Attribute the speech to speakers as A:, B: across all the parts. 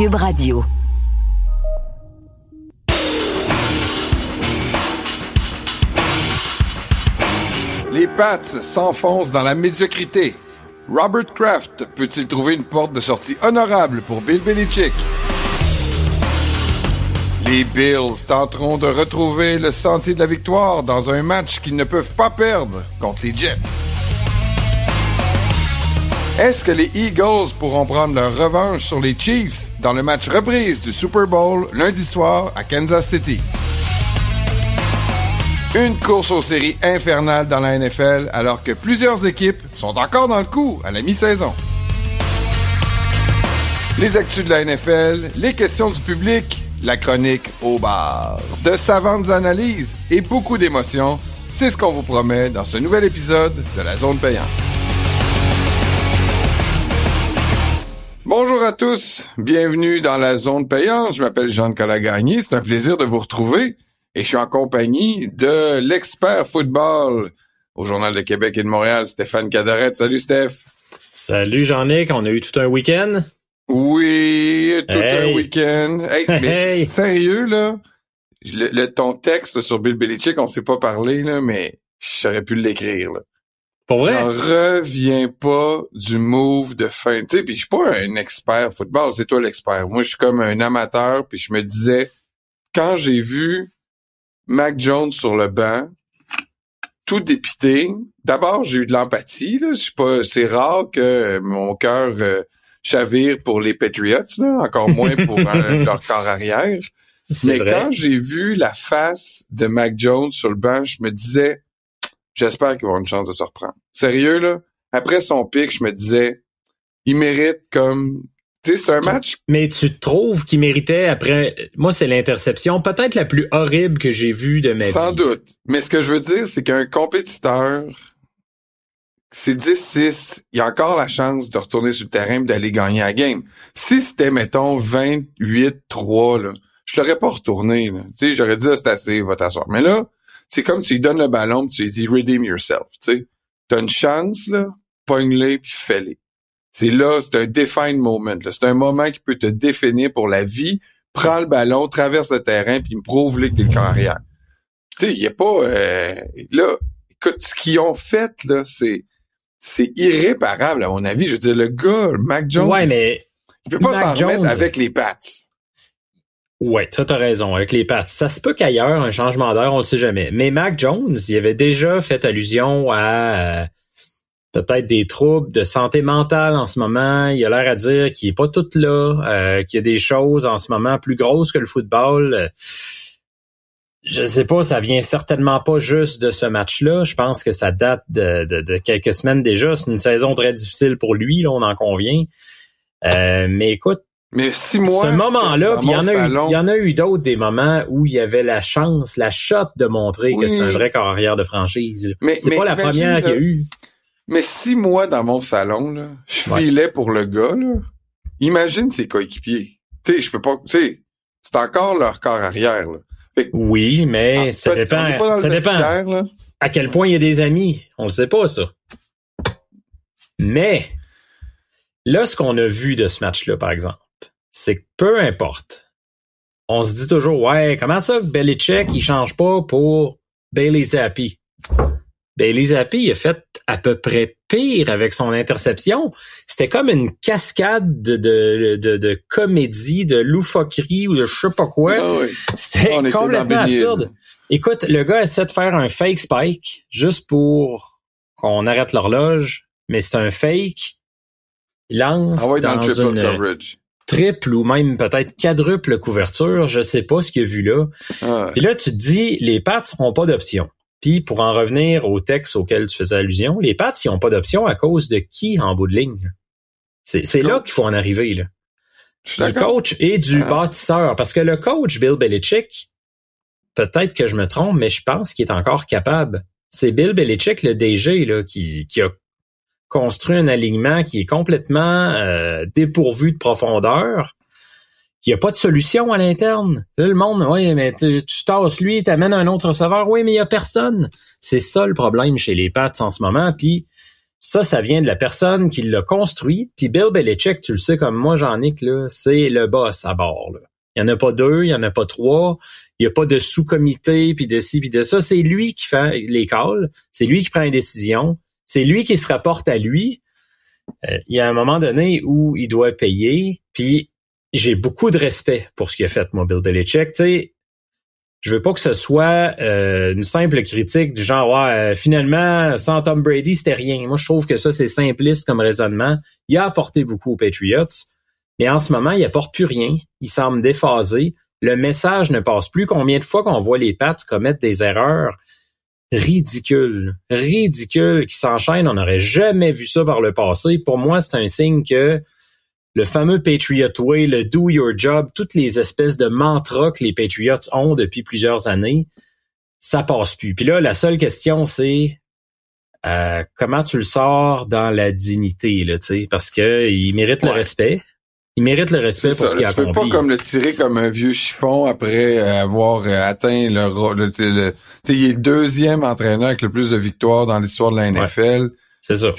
A: Cube Radio.
B: Les Pats s'enfoncent dans la médiocrité. Robert Kraft peut-il trouver une porte de sortie honorable pour Bill Belichick? Les Bills tenteront de retrouver le sentier de la victoire dans un match qu'ils ne peuvent pas perdre contre les Jets. Est-ce que les Eagles pourront prendre leur revanche sur les Chiefs dans le match reprise du Super Bowl lundi soir à Kansas City? Une course aux séries infernale dans la NFL alors que plusieurs équipes sont encore dans le coup à la mi-saison. Les actus de la NFL, les questions du public, la chronique au bar. De savantes analyses et beaucoup d'émotions, c'est ce qu'on vous promet dans ce nouvel épisode de la Zone Payante. Bonjour à tous, bienvenue dans la Zone Payante. Je m'appelle Jean-Nicolas Gagné, c'est un plaisir de vous retrouver. Et je suis en compagnie de l'expert football au Journal de Québec et de Montréal, Stéphane Caderette. Salut, Steph.
C: Salut, Jean-Nic. On a eu tout un week-end?
B: Oui, un week-end. Mais sérieux, là? Ton texte sur Bill Belichick, on s'est pas parlé, là, mais j'aurais pu l'écrire, là.
C: Pour vrai?
B: J'en reviens pas du move de fin. Tu sais, puis je suis pas un expert football, c'est toi l'expert. Moi, je suis comme un amateur, puis je me disais, quand j'ai vu Mac Jones sur le banc, tout dépité. D'abord, j'ai eu de l'empathie, là. Je sais pas, c'est rare que mon cœur chavire pour les Patriots, là. Encore moins pour leur corps arrière. Mais vrai. Quand j'ai vu la face de Mac Jones sur le banc, je me disais, j'espère qu'il va avoir une chance de se reprendre. Sérieux, là. Après son pic, je me disais, il mérite comme... Tu sais, c'est un match...
C: Mais tu trouves qu'il méritait après... Moi, c'est l'interception peut-être la plus horrible que j'ai vue de ma vie.
B: Sans doute. Mais ce que je veux dire, c'est qu'un compétiteur, c'est 10-6, il a encore la chance de retourner sur le terrain et d'aller gagner la game. Si c'était, mettons, 28-3, là, je l'aurais pas retourné. Tu sais, j'aurais dit, c'est assez, va t'asseoir. Mais là, c'est comme tu lui donnes le ballon tu lui dis, redeem yourself. Tu sais, t'as une chance, là, pogne-les puis fais-les. C'est là, c'est un defined moment. Là. C'est un moment qui peut te définir pour la vie. Prends le ballon, traverse le terrain, puis prouve-le que t'es le corps arrière. Tu sais, il y a pas... là, écoute, ce qu'ils ont fait, là, c'est irréparable, à mon avis. Je veux dire, le gars, Mac Jones,
C: ouais, mais
B: il peut pas s'en remettre avec les Pats.
C: Ouais, ça t'as raison, avec les Pats. Ça se peut qu'ailleurs, un changement d'heure, on le sait jamais. Mais Mac Jones, il avait déjà fait allusion à... peut-être des troubles de santé mentale en ce moment. Il a l'air à dire qu'il est pas tout là, qu'il y a des choses en ce moment plus grosses que le football. Je sais pas, ça vient certainement pas juste de ce match-là. Je pense que ça date de quelques semaines déjà. C'est une saison très difficile pour lui, là, on en convient. Mais écoute,
B: mais 6 mois,
C: ce moment-là, puis il y en a eu d'autres des moments où il y avait la chance, la shot de montrer que c'est un vrai corps arrière de franchise. Mais c'est pas la première qu'il y a eu.
B: Mais 6 mois dans mon salon, là, je filais pour le gars, là. Imagine ses coéquipiers. Tu sais, je peux pas, tu sais, c'est encore leur corps arrière, là.
C: Oui, mais ça dépend
B: là.
C: À quel point il y a des amis. On le sait pas, ça. Mais, là, ce qu'on a vu de ce match-là, par exemple, c'est que peu importe, on se dit toujours, ouais, comment ça que Belichick, il change pas pour Bailey Zappi? Bailey Zappi, il a fait à peu près pire avec son interception. C'était comme une cascade de comédie, de loufoquerie ou de je sais pas quoi.
B: Ah oui.
C: C'était complètement absurde. Écoute, le gars essaie de faire un fake spike juste pour qu'on arrête l'horloge, mais c'est un fake. Il lance dans une coverage. Triple ou même peut-être quadruple couverture. Je sais pas ce qu'il a vu là. Ah. Puis là, tu te dis, les Pats n'ont pas d'option. Puis, pour en revenir au texte auquel tu faisais allusion, les Pats, ils n'ont pas d'option à cause de qui en bout de ligne? C'est là qu'il faut en arriver, là. Du coach et du bâtisseur. Parce que le coach, Bill Belichick, peut-être que je me trompe, mais je pense qu'il est encore capable. C'est Bill Belichick, le DG, là, qui a construit un alignement qui est complètement dépourvu de profondeur. Il n'y a pas de solution à l'interne. Là, le monde, oui, mais tu tasses lui, t'amènes un autre receveur. Oui, mais il n'y a personne. C'est ça le problème chez les Pats en ce moment. Puis, Ça vient de la personne qui l'a construit. Puis Bill Belichick, tu le sais comme moi, Jean-Nic, là, c'est le boss à bord. Là. Il n'y en a pas 2, il n'y en a pas 3. Il n'y a pas de sous-comité, puis de ci, puis de ça. C'est lui qui fait les calls. C'est lui qui prend les décisions. C'est lui qui se rapporte à lui. Il y a un moment donné où il doit payer. Puis j'ai beaucoup de respect pour ce qu'il a fait, moi, Bill Belichick. Tu sais, je veux pas que ce soit une simple critique du genre finalement, sans Tom Brady, c'était rien. Moi, je trouve que ça, c'est simpliste comme raisonnement. Il a apporté beaucoup aux Patriots. Mais en ce moment, il apporte plus rien. Il semble déphasé. Le message ne passe plus. Combien de fois qu'on voit les Pats commettre des erreurs ridicules qui s'enchaînent? On n'aurait jamais vu ça par le passé. Pour moi, c'est un signe que le fameux Patriot Way, le Do Your Job, toutes les espèces de mantras que les Patriots ont depuis plusieurs années, ça passe plus. Puis là, la seule question, c'est comment tu le sors dans la dignité, là, tu sais, parce que il mérite le respect. Il mérite le respect pour ce qu'il a accompli.
B: Tu peux pas comme le tirer comme un vieux chiffon après avoir atteint le il est le 2e entraîneur avec le plus de victoires dans l'histoire de la NFL.
C: Ouais, c'est ça.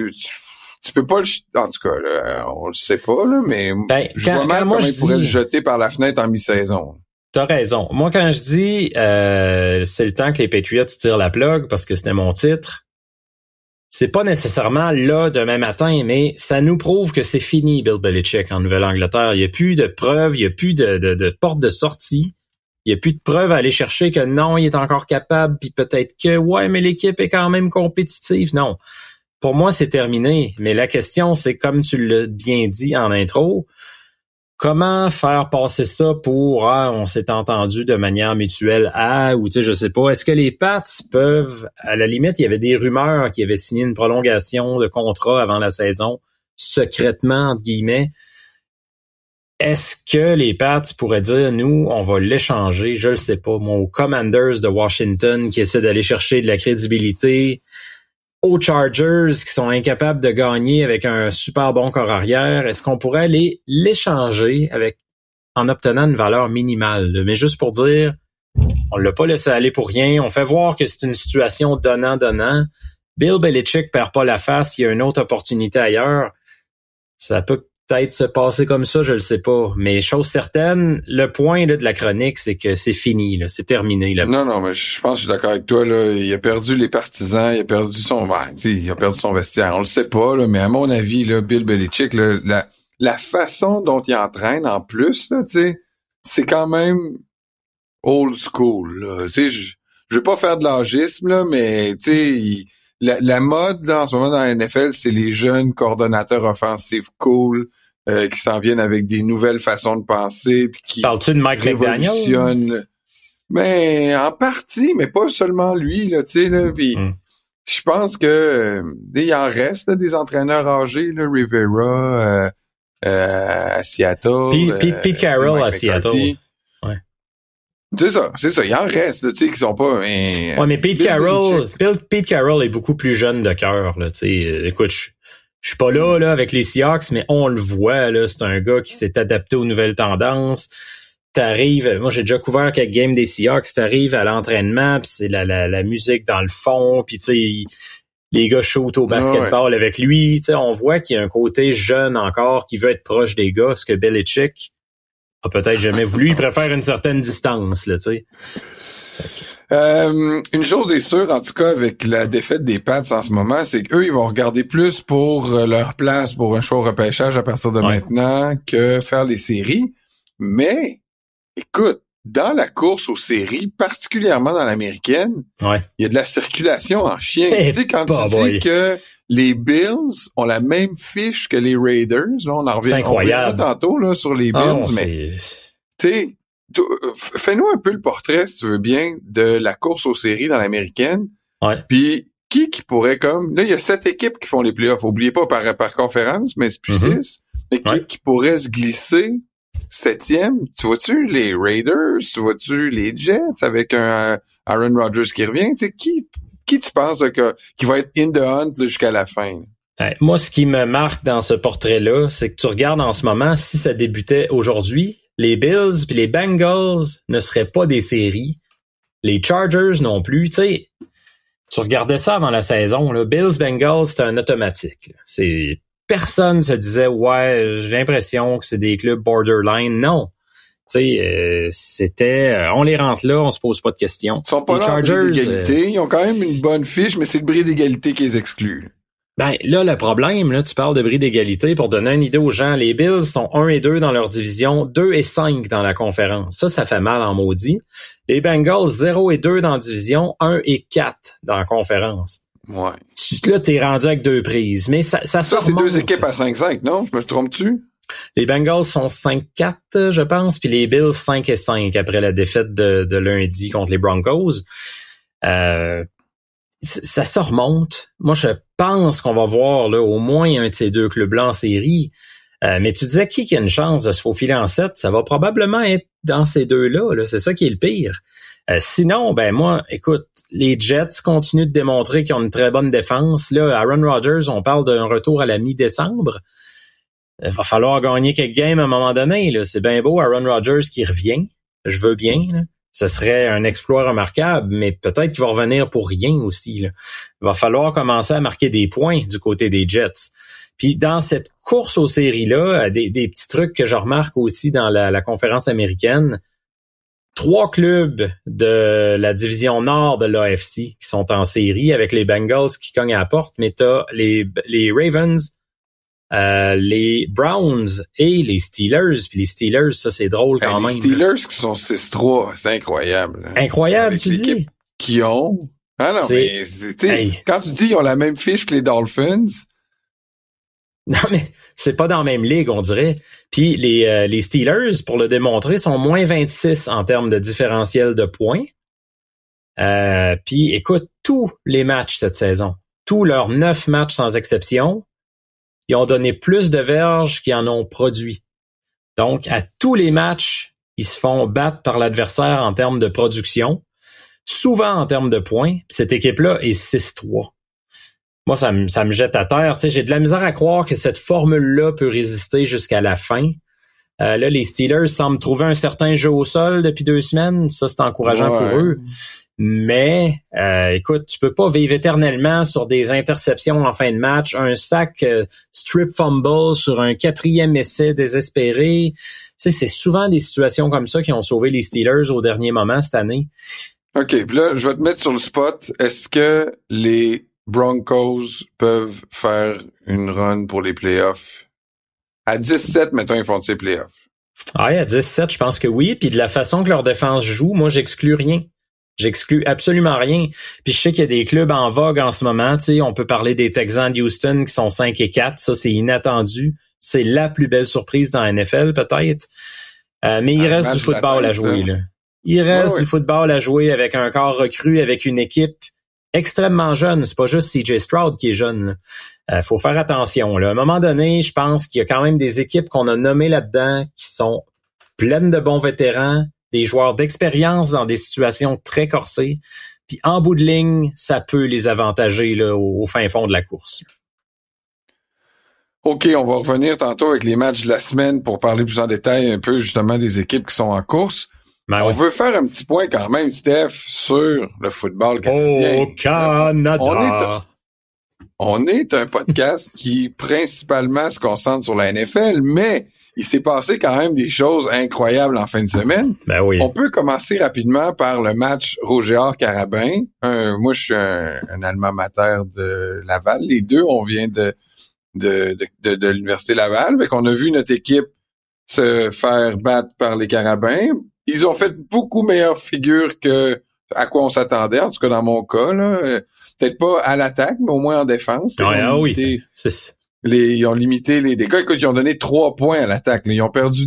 B: Tu peux pas en tout cas, là, on le sait pas, là, mais je vois mal comment il pourrait le jeter par la fenêtre en mi-saison.
C: T'as raison. Moi, quand je dis c'est le temps que les Patriots tirent la plug parce que c'était mon titre, c'est pas nécessairement là demain matin, mais ça nous prouve que c'est fini, Bill Belichick, en Nouvelle-Angleterre. Il n'y a plus de preuves, il n'y a plus de porte de sortie. Il n'y a plus de preuves à aller chercher que non, il est encore capable, puis peut-être que, ouais, mais l'équipe est quand même compétitive. Non. Pour moi, c'est terminé. Mais la question, c'est comme tu l'as bien dit en intro, comment faire passer ça pour on s'est entendu de manière mutuelle ou tu sais, je sais pas. Est-ce que les Pats peuvent, à la limite, il y avait des rumeurs qui avaient signé une prolongation de contrat avant la saison, secrètement, entre guillemets. Est-ce que les Pats pourraient dire, nous, on va l'échanger, je le sais pas, moi, aux Commanders de Washington qui essaient d'aller chercher de la crédibilité, aux Chargers qui sont incapables de gagner avec un super bon corps arrière, est-ce qu'on pourrait aller l'échanger en obtenant une valeur minimale? Mais juste pour dire, on l'a pas laissé aller pour rien. On fait voir que c'est une situation donnant-donnant. Bill Belichick perd pas la face. Il y a une autre opportunité ailleurs. Ça peut peut-être se passer comme ça, je le sais pas. Mais chose certaine, le point là, de la chronique, c'est que c'est fini, là, c'est terminé. Là.
B: Non, mais je pense que je suis d'accord avec toi. Là. Il a perdu les partisans, il a perdu son vestiaire. On le sait pas, là, mais à mon avis, là, Bill Belichick, là, la façon dont il entraîne en plus, là, c'est quand même old school. Là. Je veux pas faire de l'âgisme, là, mais la mode là, en ce moment dans la NFL, c'est les jeunes coordonnateurs offensifs cool qui s'en viennent avec des nouvelles façons de penser puis qui
C: Parles-tu de Mike McDaniel?
B: Mais en partie, mais pas seulement lui là, tu sais là, puis je pense que il en reste là, des entraîneurs âgés là, Rivera à Seattle,
C: Pete Carroll à Seattle. Ouais.
B: C'est ça. Il en reste, tu sais, qui sont pas.
C: Ouais, mais Pete Carroll est beaucoup plus jeune de cœur, là. Tu sais, écoute, je suis pas là avec les Seahawks, mais on le voit, là. C'est un gars qui s'est adapté aux nouvelles tendances. Moi, j'ai déjà couvert quelques games des Seahawks. T'arrives à l'entraînement, puis c'est la musique dans le fond, puis tu sais, les gars shootent au basketball avec lui. Tu sais, on voit qu'il y a un côté jeune encore qui veut être proche des gars, ce que Belichick a peut-être jamais voulu. Il préfère une certaine distance, là, tu sais.
B: Une chose est sûre, en tout cas, avec la défaite des Pats en ce moment, c'est qu'eux, ils vont regarder plus pour leur place pour un choix au repêchage à partir de maintenant que faire les séries. Mais, écoute, dans la course aux séries, particulièrement dans l'américaine, il y a de la circulation en chien. Tu sais, quand tu dis que les Bills ont la même fiche que les Raiders, là, on en revient tantôt là, sur les Bills, mais tu sais, fais-nous un peu le portrait, si tu veux bien, de la course aux séries dans l'américaine. Puis qui pourrait comme... Là, il y a 7 équipes qui font les playoffs. Oubliez pas par conférence, mais c'est plus 6. Mais qui pourrait se glisser 7e? Tu vois-tu les Raiders? Tu vois-tu les Jets avec un Aaron Rodgers qui revient? Tu sais, qui tu penses qui va être in the hunt là, jusqu'à la fin?
C: Moi, ce qui me marque dans ce portrait-là, c'est que tu regardes en ce moment, si ça débutait aujourd'hui, les Bills puis les Bengals ne seraient pas des séries. Les Chargers non plus. Tu sais, Tu regardais ça avant la saison, là, Bills-Bengals, c'était un automatique. Là. Personne se disait, ouais, j'ai l'impression que c'est des clubs borderline. Non. Tu sais, c'était, on les rentre là, on se pose pas de questions.
B: Ils sont pas là en bris d'égalité. Ils ont quand même une bonne fiche, mais c'est le bris d'égalité qui les exclut.
C: Ben, là, le problème, là, tu parles de bris d'égalité. Pour donner une idée aux gens, les Bills sont 1-2 dans leur division, 2-5 dans la conférence. Ça fait mal en maudit. Les Bengals, 0-2 dans la division, 1-4 dans la conférence.
B: Ouais.
C: Là, t'es rendu avec 2 prises. Mais ça
B: c'est
C: remonte.
B: 2 équipes à 5-5, non? Je me trompe-tu?
C: Les Bengals sont 5-4, je pense, puis les Bills 5-5 après la défaite de lundi contre les Broncos. Ça se remonte. Moi, je pense qu'on va voir là au moins un de ces 2 clubs-là en série. Mais tu disais qui a une chance de se faufiler en 7? Ça va probablement être dans ces 2-là. Là. C'est ça qui est le pire. Sinon, ben moi, écoute, les Jets continuent de démontrer qu'ils ont une très bonne défense. Là, Aaron Rodgers, on parle d'un retour à la mi-décembre. Il va falloir gagner quelques games à un moment donné. Là. C'est bien beau, Aaron Rodgers qui revient. Je veux bien. Là. Ce serait un exploit remarquable, mais peut-être qu'il va revenir pour rien aussi. Là. Il va falloir commencer à marquer des points du côté des Jets. Puis dans cette course aux séries-là, des petits trucs que je remarque aussi dans la conférence américaine, 3 clubs de la division nord de l'AFC qui sont en série avec les Bengals qui cognent à la porte, mais t'as les Ravens, les Browns et les Steelers. Puis les Steelers, ça c'est drôle quand même.
B: Les Steelers qui sont 6-3, c'est incroyable. Hein?
C: Incroyable, avec tu dis?
B: Qui ont... Ah non, mais quand tu dis qu'ils ont la même fiche que les Dolphins...
C: Non, mais c'est pas dans la même ligue, on dirait. Puis les Steelers, pour le démontrer, sont moins 26 en termes de différentiel de points. Puis écoute, tous les matchs cette saison, tous leurs 9 matchs sans exception, ils ont donné plus de verges qu'ils en ont produit. Donc, à tous les matchs, ils se font battre par l'adversaire en termes de production, souvent en termes de points. Puis cette équipe-là est 6-3. Moi, ça me jette à terre. Tu sais, j'ai de la misère à croire que cette formule-là peut résister jusqu'à la fin. Là, les Steelers semblent trouver un certain jeu au sol depuis 2 semaines. Ça, c'est encourageant pour eux. Mais, écoute, tu peux pas vivre éternellement sur des interceptions en fin de match, un sac strip fumble sur un 4e essai désespéré. Tu sais, c'est souvent des situations comme ça qui ont sauvé les Steelers au dernier moment cette année.
B: OK, puis là, je vais te mettre sur le spot. Est-ce que les Broncos peuvent faire une run pour les playoffs? À 17, mettons, ils font de ces playoffs.
C: Ah, à 17, je pense que oui. Puis de la façon que leur défense joue, moi, j'exclus rien. J'exclus absolument rien. Puis je sais qu'il y a des clubs en vogue en ce moment. Tu sais, on peut parler des Texans de Houston qui sont 5-4. Ça, c'est inattendu. C'est la plus belle surprise dans la NFL, peut-être. Mais il reste du football à jouer, là. Il reste du football à jouer avec un corps recru, avec une équipe extrêmement jeune. C'est pas juste CJ Stroud qui est jeune. Faut faire attention. Là. À un moment donné, je pense qu'il y a quand même des équipes qu'on a nommées là-dedans qui sont pleines de bons vétérans, des joueurs d'expérience dans des situations très corsées. Puis en bout de ligne, ça peut les avantager là, au fin fond de la course.
B: OK, on va revenir tantôt avec les matchs de la semaine pour parler plus en détail un peu justement des équipes qui sont en course. On veut faire un petit point quand même, Steph, sur le football canadien.
C: Au Canada!
B: On est un podcast qui principalement se concentre sur la NFL, mais il s'est passé quand même des choses incroyables en fin de semaine.
C: Ben oui.
B: On peut commencer rapidement par le match Roger-Carabin. Moi, je suis un alma mater de Laval. Les deux, on vient de l'Université Laval. Fait qu'on a vu notre équipe se faire battre par les Carabins. Ils ont fait beaucoup meilleure figure que à quoi on s'attendait, en tout cas dans mon cas. Là. Peut-être pas à l'attaque, mais au moins en défense.
C: Oui.
B: Ils ont limité les dégâts. Écoute, ils ont donné 3 points à l'attaque. Là. Ils ont perdu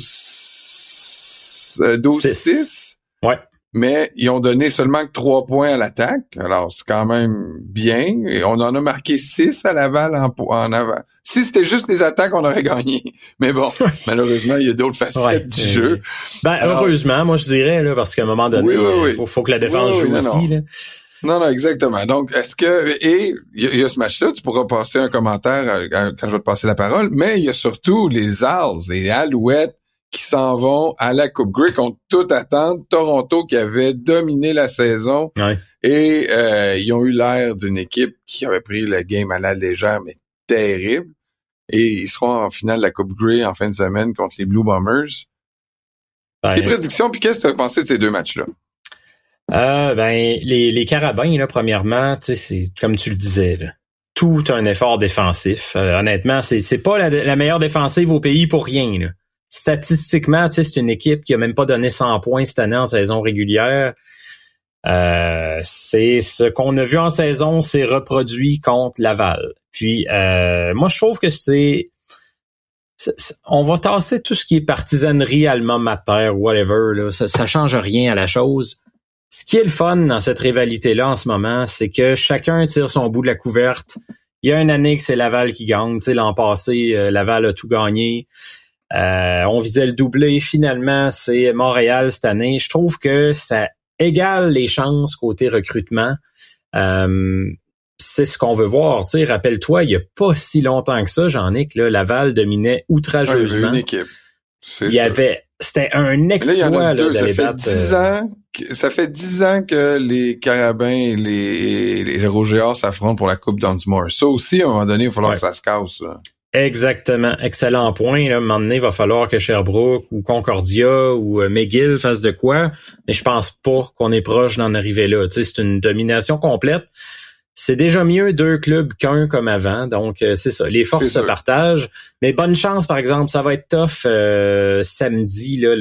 B: 12-6.
C: Ouais.
B: Mais ils ont donné seulement que 3 points à l'attaque. Alors, c'est quand même bien. Et on en a marqué 6 à Laval en avant. Si c'était juste les attaques, on aurait gagné. Mais bon, malheureusement, il y a d'autres facettes du jeu.
C: Alors, heureusement, moi je dirais, là, parce qu'à un moment donné, faut que la défense joue aussi. Là.
B: Non, exactement. Donc, est-ce que... Et il y a ce match-là, tu pourras passer un commentaire quand je vais te passer la parole, mais il y a surtout les Owls, les Alouettes, qui s'en vont à la Coupe Grey, qu'on tout attendre. Toronto qui avait dominé la saison Et ils ont eu l'air d'une équipe qui avait pris le game à la légère, mais terrible. Et ils seront en finale de la Coupe Grey en fin de semaine contre les Blue Bombers. Tes prédictions, puis qu'est-ce que tu as pensé de ces deux matchs-là?
C: Les Carabins, là, premièrement, tu sais, c'est comme tu le disais, là, tout un effort défensif. Honnêtement, c'est pas la meilleure défensive au pays pour rien, là. Statistiquement, tu sais, c'est une équipe qui a même pas donné 100 points cette année en saison régulière. C'est ce qu'on a vu en saison, c'est reproduit contre Laval. Puis moi je trouve que on va tasser tout ce qui est partisanerie, alma mater, whatever, là, ça change rien à la chose. Ce qui est le fun dans cette rivalité-là en ce moment, c'est que chacun tire son bout de la couverte. Il y a une année que c'est Laval qui gagne. Tu sais, l'an passé, Laval a tout gagné. On visait le doublé. Finalement, c'est Montréal cette année. Je trouve que ça égale les chances côté recrutement. C'est ce qu'on veut voir. Tu sais, rappelle-toi, il y a pas si longtemps que ça, Jean-Nic, là, Laval dominait outrageusement.
B: Ouais, il y avait une équipe.
C: C'était un exploit là, d'aller battre.
B: Ça fait 10 ans que les Carabins et les Rougeards s'affrontent pour la Coupe Dunsmore. Ça aussi, à un moment donné, il va falloir que ça se casse. Là.
C: Exactement. Excellent point. Là. À un moment donné, il va falloir que Sherbrooke ou Concordia ou McGill fassent de quoi. Mais je pense pas qu'on est proche d'en arriver là. Tu sais, c'est une domination complète. C'est déjà mieux deux clubs qu'un comme avant. Donc, c'est ça. Les forces se partagent. Mais bonne chance, par exemple. Ça va être tough samedi, là,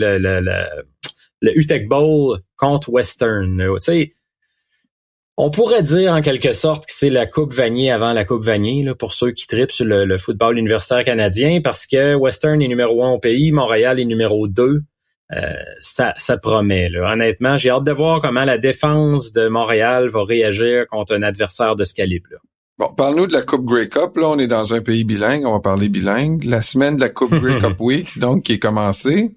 C: le UTEC Bowl contre Western. Tu sais, on pourrait dire en quelque sorte que c'est la Coupe Vanier avant la Coupe Vanier, là, pour ceux qui tripent sur le football universitaire canadien, parce que Western est numéro 1 au pays, Montréal est numéro 2. Ça promet. Là. Honnêtement, j'ai hâte de voir comment la défense de Montréal va réagir contre un adversaire de ce calibre-là.
B: Bon, parle-nous de la Coupe Grey Cup. Là, on est dans un pays bilingue. On va parler bilingue. La semaine de la Coupe Grey Cup Week, donc, qui est commencée.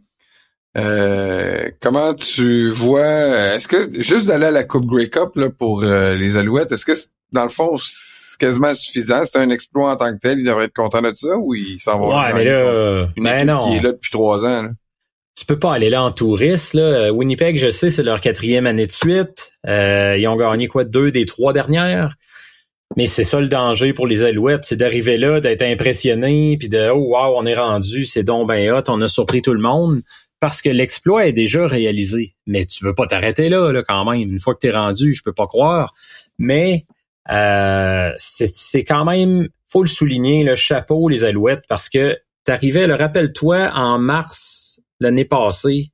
B: Comment tu vois... Est-ce que juste d'aller à la Coupe Grey Cup là, pour les Alouettes, est-ce que, dans le fond, c'est quasiment suffisant? C'est un exploit en tant que tel? Ils devraient être contents de ça ou ils s'en vont?
C: Ouais, mais là...
B: Une équipe qui est là depuis 3 ans, là.
C: Tu peux pas aller là en touriste, là. Winnipeg, je sais, c'est leur 4e année de suite. Ils ont gagné 2 des 3 dernières. Mais c'est ça le danger pour les Alouettes, c'est d'arriver là, d'être impressionné, puis de « Oh wow, on est rendu, c'est donc ben hot, on a surpris tout le monde ». Parce que l'exploit est déjà réalisé. Mais tu veux pas t'arrêter là quand même. Une fois que t'es rendu, je peux pas croire. Mais c'est quand même, faut le souligner, le chapeau, les Alouettes, parce que t'arrivais, rappelle-toi, en mars l'année passée,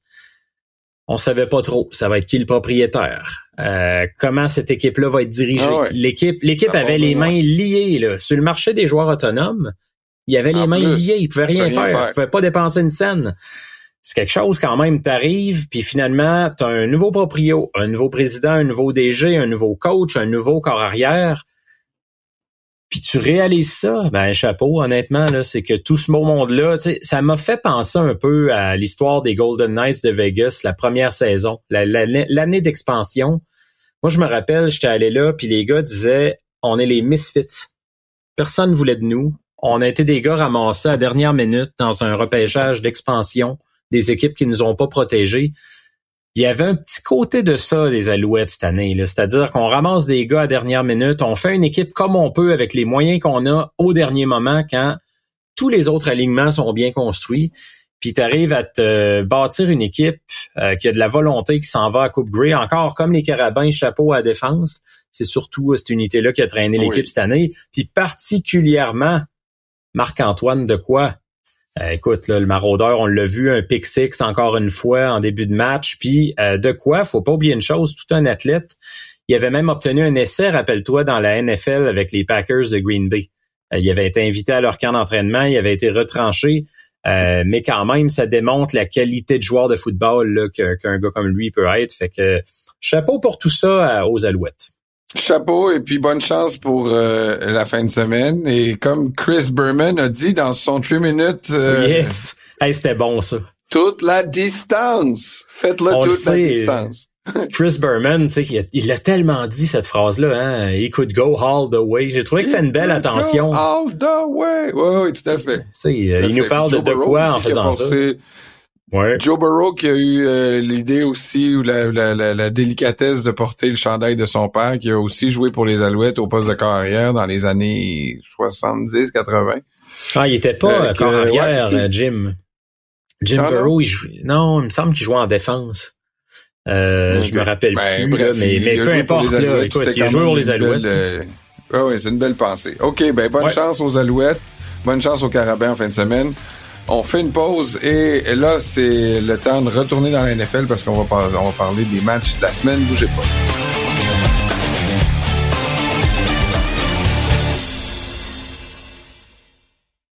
C: on savait pas trop. Ça va être qui le propriétaire? Comment cette équipe-là va être dirigée? Ah ouais. L'équipe avait les mains liées là. Sur le marché des joueurs autonomes, il y avait les mains liées. Ils pouvaient rien faire. Ils pouvaient pas dépenser une scène. C'est quelque chose quand même, t'arrives, puis finalement, t'as un nouveau proprio, un nouveau président, un nouveau DG, un nouveau coach, un nouveau corps arrière. Puis tu réalises ça, ben chapeau, honnêtement, là, c'est que tout ce beau monde-là, tu sais, ça m'a fait penser un peu à l'histoire des Golden Knights de Vegas, la première saison, l'année d'expansion. Moi, je me rappelle, j'étais allé là, puis les gars disaient, on est les misfits. Personne voulait de nous. On a été des gars ramassés à la dernière minute dans un repêchage d'expansion, des équipes qui nous ont pas protégés. Il y avait un petit côté de ça des Alouettes cette année, là. C'est-à-dire qu'on ramasse des gars à dernière minute, on fait une équipe comme on peut avec les moyens qu'on a au dernier moment quand tous les autres alignements sont bien construits. Puis tu arrives à te bâtir une équipe qui a de la volonté, qui s'en va à Coupe Grey. Encore comme les Carabins, chapeau à la défense. C'est surtout cette unité-là qui a traîné l'équipe cette année. Puis particulièrement Marc-Antoine Dequoy. Écoute, là, le maraudeur, on l'a vu, un pick six encore une fois en début de match. Puis Dequoy, faut pas oublier une chose, tout un athlète. Il avait même obtenu un essai, rappelle-toi, dans la NFL avec les Packers de Green Bay. Il avait été invité à leur camp d'entraînement, il avait été retranché. Mais quand même, ça démontre la qualité de joueur de football là, qu'un gars comme lui peut être. Fait que chapeau pour tout ça aux Alouettes.
B: Chapeau et puis bonne chance pour la fin de semaine. Et comme Chris Berman a dit dans son 3 minutes...
C: yes! Hey, c'était bon, ça.
B: Toute la distance! Faites-le toute la distance.
C: Chris Berman, tu sais, il a tellement dit cette phrase-là, hein. He could go all the way. J'ai trouvé que c'est une belle attention.
B: All the way! Oui, tout à fait.
C: Il nous parle de quoi en faisant ça? Ouais.
B: Joe Burrow qui a eu l'idée aussi, ou la délicatesse de porter le chandail de son père, qui a aussi joué pour les Alouettes au poste de corps arrière dans les années 70-80.
C: Ah, il était pas corps arrière, ouais, Jim. Jim Burrow, il me semble qu'il jouait en défense. Je me rappelle plus, bref, là, mais peu importe, là, écoute, il a joué pour les Alouettes.
B: Oui, c'est une belle pensée. OK, bonne chance aux Alouettes. Bonne chance aux Carabins en fin de semaine. On fait une pause et là, c'est le temps de retourner dans la NFL parce qu'on va parler des matchs de la semaine. Bougez pas.